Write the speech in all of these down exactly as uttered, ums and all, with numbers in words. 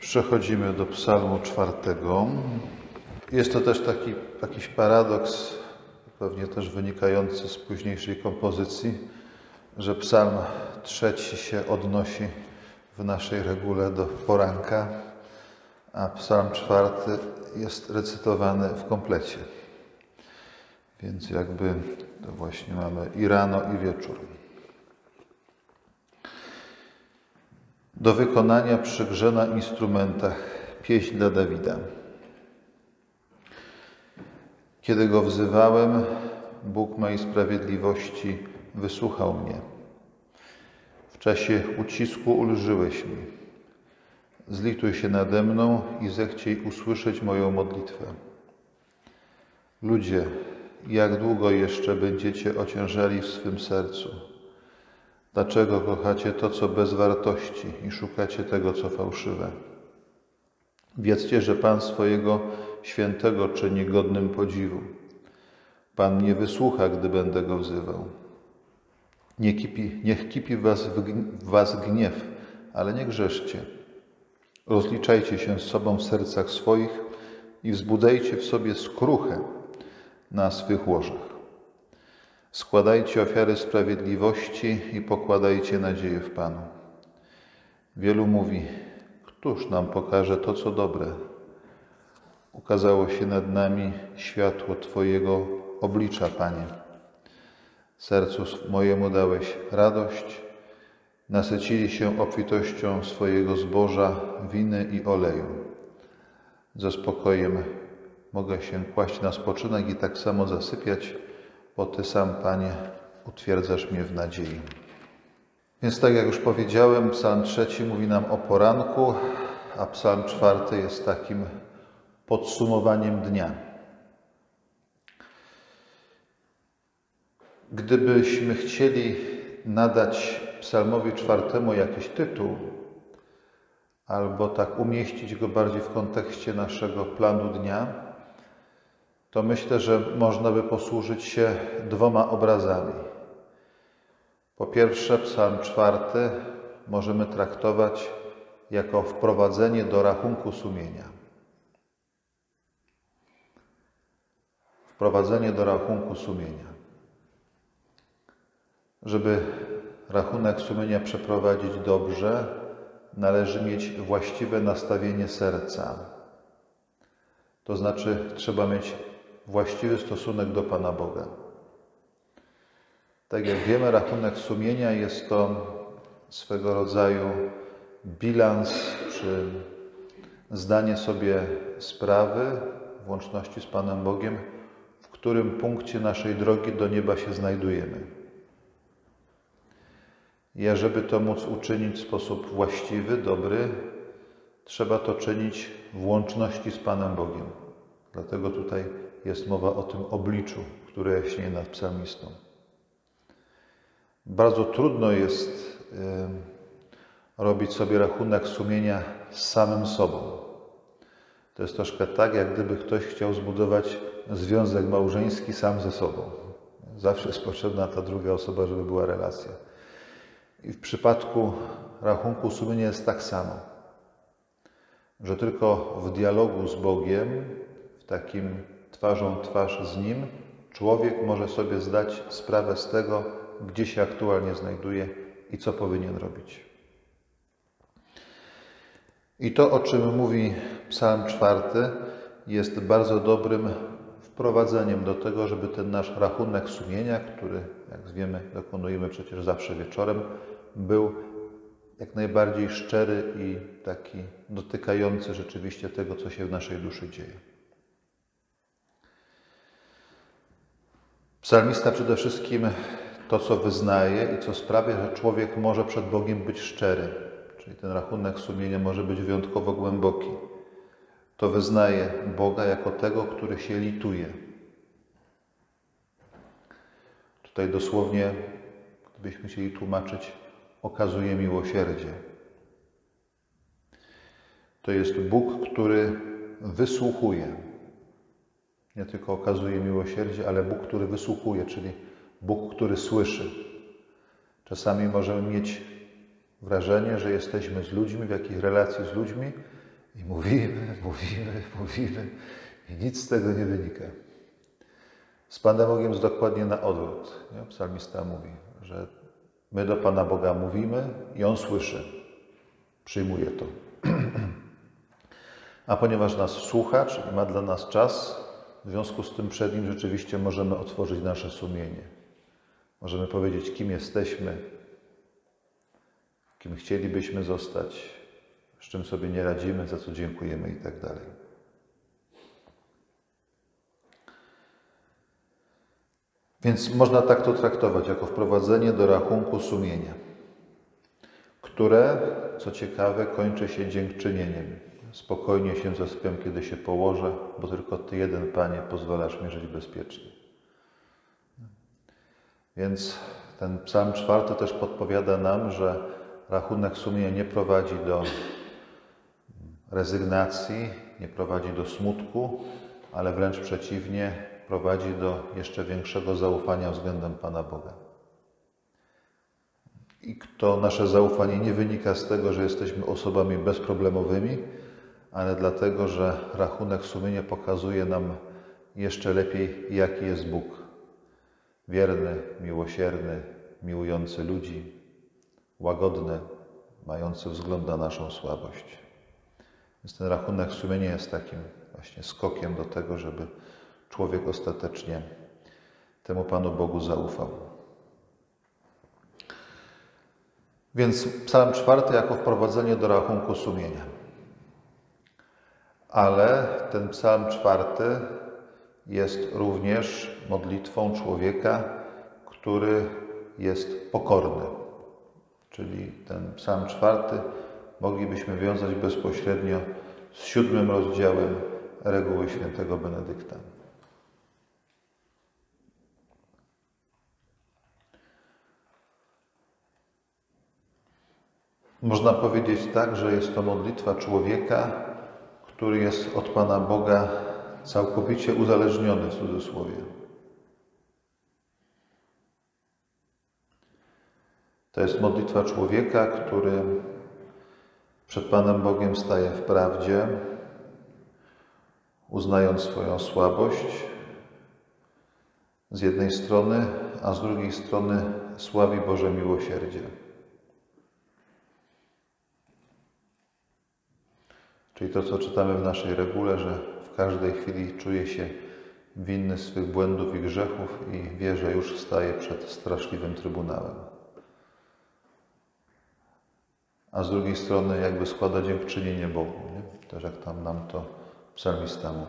Przechodzimy do psalmu czwartego. Jest to też taki jakiś paradoks, pewnie też wynikający z późniejszej kompozycji, że psalm trzeci się odnosi w naszej regule do poranka, a psalm czwarty jest recytowany w komplecie. Więc jakby to właśnie mamy i rano, i wieczór. Do wykonania przy grze na instrumentach pieśń dla Dawida. Kiedy go wzywałem, Bóg mojej sprawiedliwości wysłuchał mnie. W czasie ucisku ulżyłeś mi. Zlituj się nade mną i zechciej usłyszeć moją modlitwę. Ludzie, jak długo jeszcze będziecie ociężali w swym sercu? Dlaczego kochacie to, co bez wartości i szukacie tego, co fałszywe? Wiedzcie, że Pan swojego świętego czyni godnym podziwu. Pan mnie wysłucha, gdy będę go wzywał. Nie kipi, niech kipi w was, w was gniew, ale nie grzeszcie. Rozliczajcie się z sobą w sercach swoich i wzbudzajcie w sobie skruchę na swych łożach. Składajcie ofiary sprawiedliwości i pokładajcie nadzieję w Panu. Wielu mówi, któż nam pokaże to, co dobre? Ukazało się nad nami światło Twojego oblicza, Panie. Sercu mojemu dałeś radość, nasycili się obfitością swojego zboża, winy i oleju. Ze spokojem mogę się kłaść na spoczynek i tak samo zasypiać, bo Ty sam, Panie, utwierdzasz mnie w nadziei. Więc tak jak już powiedziałem, psalm trzeci mówi nam o poranku, a psalm czwarty jest takim podsumowaniem dnia. Gdybyśmy chcieli nadać psalmowi czwartemu jakiś tytuł, albo tak umieścić go bardziej w kontekście naszego planu dnia, to myślę, że można by posłużyć się dwoma obrazami. Po pierwsze, psalm czwarty możemy traktować jako wprowadzenie do rachunku sumienia. Wprowadzenie do rachunku sumienia. Żeby rachunek sumienia przeprowadzić dobrze, należy mieć właściwe nastawienie serca. To znaczy, trzeba mieć właściwy stosunek do Pana Boga. Tak jak wiemy, rachunek sumienia jest to swego rodzaju bilans czy zdanie sobie sprawy w łączności z Panem Bogiem, w którym punkcie naszej drogi do nieba się znajdujemy. I ażeby to móc uczynić w sposób właściwy, dobry, trzeba to czynić w łączności z Panem Bogiem. Dlatego tutaj jest mowa o tym obliczu, które jaśnieje nad psalmistą. Bardzo trudno jest y, robić sobie rachunek sumienia z samym sobą. To jest troszkę tak, jak gdyby ktoś chciał zbudować związek małżeński sam ze sobą. Zawsze jest potrzebna ta druga osoba, żeby była relacja. I w przypadku rachunku sumienia jest tak samo, że tylko w dialogu z Bogiem, w takim twarzą twarz z Nim, człowiek może sobie zdać sprawę z tego, gdzie się aktualnie znajduje i co powinien robić. I to, o czym mówi psalm czwarty, jest bardzo dobrym wprowadzeniem do tego, żeby ten nasz rachunek sumienia, który, jak wiemy, dokonujemy przecież zawsze wieczorem, był jak najbardziej szczery i taki dotykający rzeczywiście tego, co się w naszej duszy dzieje. Psalmista przede wszystkim to, co wyznaje i co sprawia, że człowiek może przed Bogiem być szczery, czyli ten rachunek sumienia może być wyjątkowo głęboki. To wyznaje Boga jako tego, który się lituje. Tutaj dosłownie, gdybyśmy chcieli tłumaczyć, okazuje miłosierdzie. To jest Bóg, który wysłuchuje. Nie tylko okazuje miłosierdzie, ale Bóg, który wysłuchuje, czyli Bóg, który słyszy. Czasami możemy mieć wrażenie, że jesteśmy z ludźmi, w jakiejś relacji z ludźmi I mówimy, mówimy, mówimy i nic z tego nie wynika. Z Panem Bogiem jest dokładnie na odwrót. Nie? Psalmista mówi, że my do Pana Boga mówimy i On słyszy. Przyjmuje to. A ponieważ nas słucha, czyli ma dla nas czas, w związku z tym przed Nim rzeczywiście możemy otworzyć nasze sumienie. Możemy powiedzieć, kim jesteśmy, kim chcielibyśmy zostać, z czym sobie nie radzimy, za co dziękujemy i tak dalej. Więc można tak to traktować, jako wprowadzenie do rachunku sumienia, które, co ciekawe, kończy się dziękczynieniem. Spokojnie się zasypiam, kiedy się położę, bo tylko Ty jeden, Panie, pozwalasz mi żyć bezpiecznie. Więc ten psalm czwarty też podpowiada nam, że rachunek sumienia nie prowadzi do rezygnacji, nie prowadzi do smutku, ale wręcz przeciwnie, prowadzi do jeszcze większego zaufania względem Pana Boga. I to nasze zaufanie nie wynika z tego, że jesteśmy osobami bezproblemowymi, ale dlatego, że rachunek sumienia pokazuje nam jeszcze lepiej, jaki jest Bóg. Wierny, miłosierny, miłujący ludzi, łagodny, mający wzgląd na naszą słabość. Więc ten rachunek sumienia jest takim właśnie skokiem do tego, żeby człowiek ostatecznie temu Panu Bogu zaufał. Więc psalm czwarty jako wprowadzenie do rachunku sumienia. Ale ten psalm czwarty jest również modlitwą człowieka, który jest pokorny. Czyli ten psalm czwarty moglibyśmy wiązać bezpośrednio z siódmym rozdziałem reguły świętego Benedykta. Można powiedzieć tak, że jest to modlitwa człowieka, który jest od Pana Boga całkowicie uzależniony, w cudzysłowie. To jest modlitwa człowieka, który przed Panem Bogiem staje w prawdzie, uznając swoją słabość z jednej strony, a z drugiej strony sławi Boże miłosierdzie. Czyli to, co czytamy w naszej regule, że w każdej chwili czuje się winny swych błędów i grzechów i wie, że już staje przed straszliwym trybunałem. A z drugiej strony jakby składa dziękczynienie Bogu, nie? Też jak tam nam to psalmista mówi.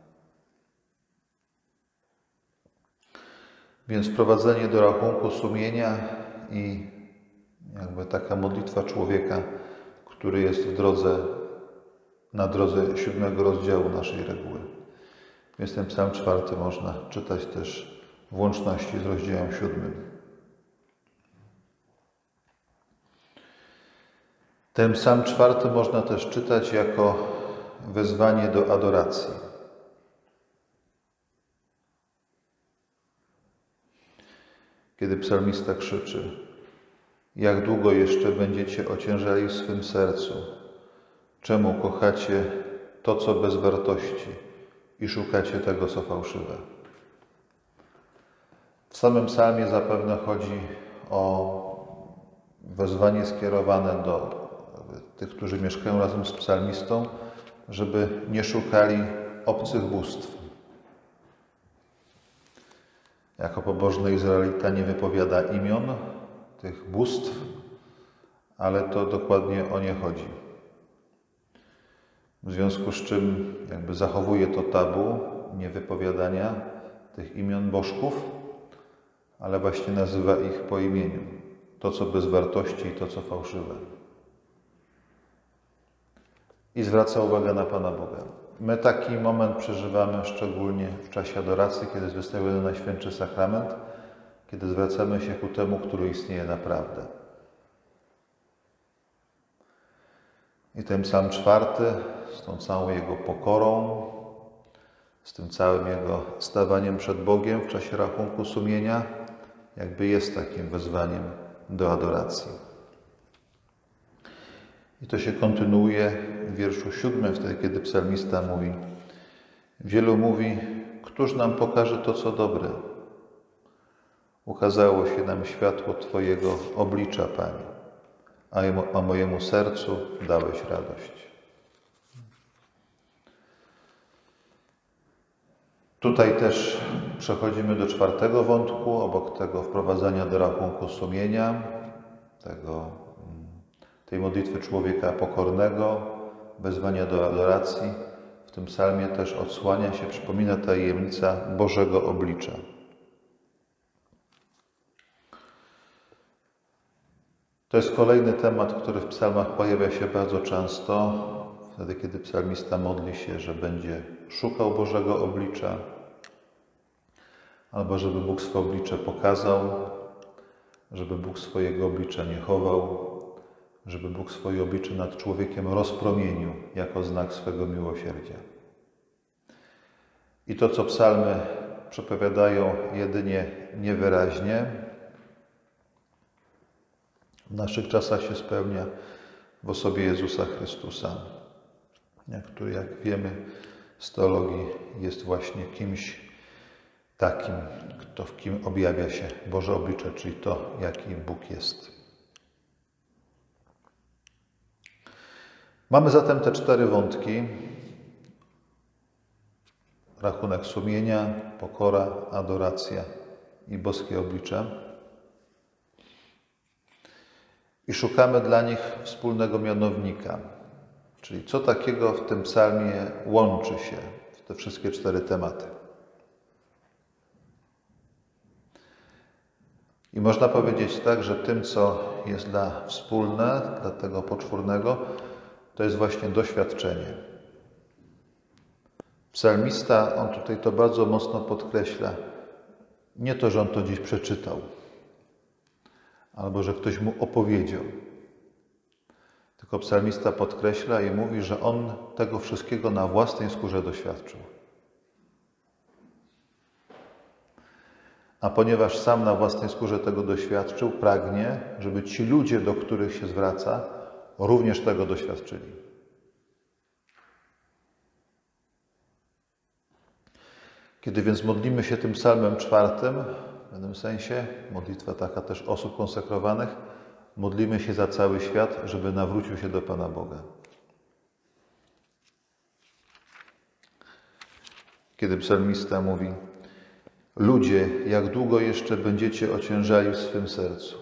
Więc wprowadzenie do rachunku sumienia i jakby taka modlitwa człowieka, który jest w drodze, na drodze siódmego rozdziału naszej reguły. Więc ten psalm czwarty można czytać też w łączności z rozdziałem siódmym. Ten psalm czwarty można też czytać jako wezwanie do adoracji. Kiedy psalmista krzyczy: jak długo jeszcze będziecie ociężali w swym sercu? Czemu kochacie to, co bez wartości i szukacie tego, co fałszywe? W samym psalmie zapewne chodzi o wezwanie skierowane do tych, którzy mieszkają razem z psalmistą, żeby nie szukali obcych bóstw. Jako pobożny Izraelita nie wypowiada imion tych bóstw, ale to dokładnie o nie chodzi. W związku z czym jakby zachowuje to tabu niewypowiadania tych imion bożków, ale właśnie nazywa ich po imieniu. To, co bez wartości i to, co fałszywe. I zwraca uwagę na Pana Boga. My taki moment przeżywamy szczególnie w czasie adoracji, kiedy jest wystawiony Najświętszy Sakrament, kiedy zwracamy się ku temu, który istnieje naprawdę. I ten psalm czwarty, z tą całą jego pokorą, z tym całym jego stawaniem przed Bogiem w czasie rachunku sumienia, jakby jest takim wezwaniem do adoracji. I to się kontynuuje w wierszu siódmym, wtedy kiedy psalmista mówi: wielu mówi, któż nam pokaże to, co dobre? Ukazało się nam światło Twojego oblicza, Panie, a, jemu, a mojemu sercu dałeś radość. Tutaj też przechodzimy do czwartego wątku, obok tego wprowadzania do rachunku sumienia, tego, tej modlitwy człowieka pokornego, wezwania do adoracji. W tym psalmie też odsłania się, przypomina tajemnica Bożego oblicza. To jest kolejny temat, który w psalmach pojawia się bardzo często, wtedy kiedy psalmista modli się, że będzie szukał Bożego oblicza, albo żeby Bóg swoje oblicze pokazał, żeby Bóg swojego oblicza nie chował, żeby Bóg swoje oblicze nad człowiekiem rozpromienił jako znak swego miłosierdzia. I to, co psalmy przepowiadają jedynie niewyraźnie, w naszych czasach się spełnia w osobie Jezusa Chrystusa, który, jak wiemy z teologii, jest właśnie kimś takim, kto w kim objawia się Boże oblicze, czyli to, jaki Bóg jest. Mamy zatem te cztery wątki: rachunek sumienia, pokora, adoracja i boskie oblicze. I szukamy dla nich wspólnego mianownika, czyli co takiego w tym psalmie łączy się w te wszystkie cztery tematy. I można powiedzieć tak, że tym, co jest dla wspólne, dla tego poczwórnego, to jest właśnie doświadczenie. Psalmista, on tutaj to bardzo mocno podkreśla. Nie to, że on to gdzieś przeczytał, albo że ktoś mu opowiedział. Tylko psalmista podkreśla i mówi, że on tego wszystkiego na własnej skórze doświadczył. A ponieważ sam na własnej skórze tego doświadczył, pragnie, żeby ci ludzie, do których się zwraca, również tego doświadczyli. Kiedy więc modlimy się tym psalmem czwartym, w pewnym sensie, modlitwa taka też osób konsekrowanych, modlimy się za cały świat, żeby nawrócił się do Pana Boga. Kiedy psalmista mówi: ludzie, jak długo jeszcze będziecie ociężali w swym sercu?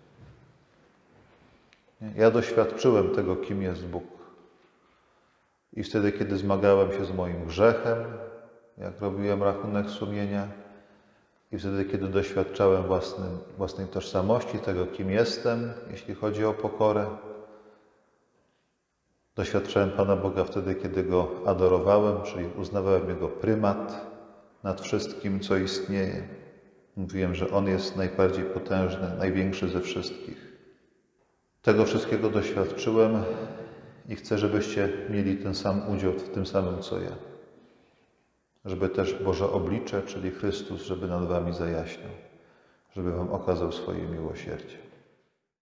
Ja doświadczyłem tego, kim jest Bóg. I wtedy, kiedy zmagałem się z moim grzechem, jak robiłem rachunek sumienia, i wtedy, kiedy doświadczałem własnym, własnej tożsamości, tego, kim jestem, jeśli chodzi o pokorę. Doświadczałem Pana Boga wtedy, kiedy Go adorowałem, czyli uznawałem Jego prymat nad wszystkim, co istnieje. Mówiłem, że On jest najbardziej potężny, największy ze wszystkich. Tego wszystkiego doświadczyłem i chcę, żebyście mieli ten sam udział w tym samym, co ja. Żeby też Boże oblicze, czyli Chrystus, żeby nad wami zajaśniał, żeby wam okazał swoje miłosierdzie.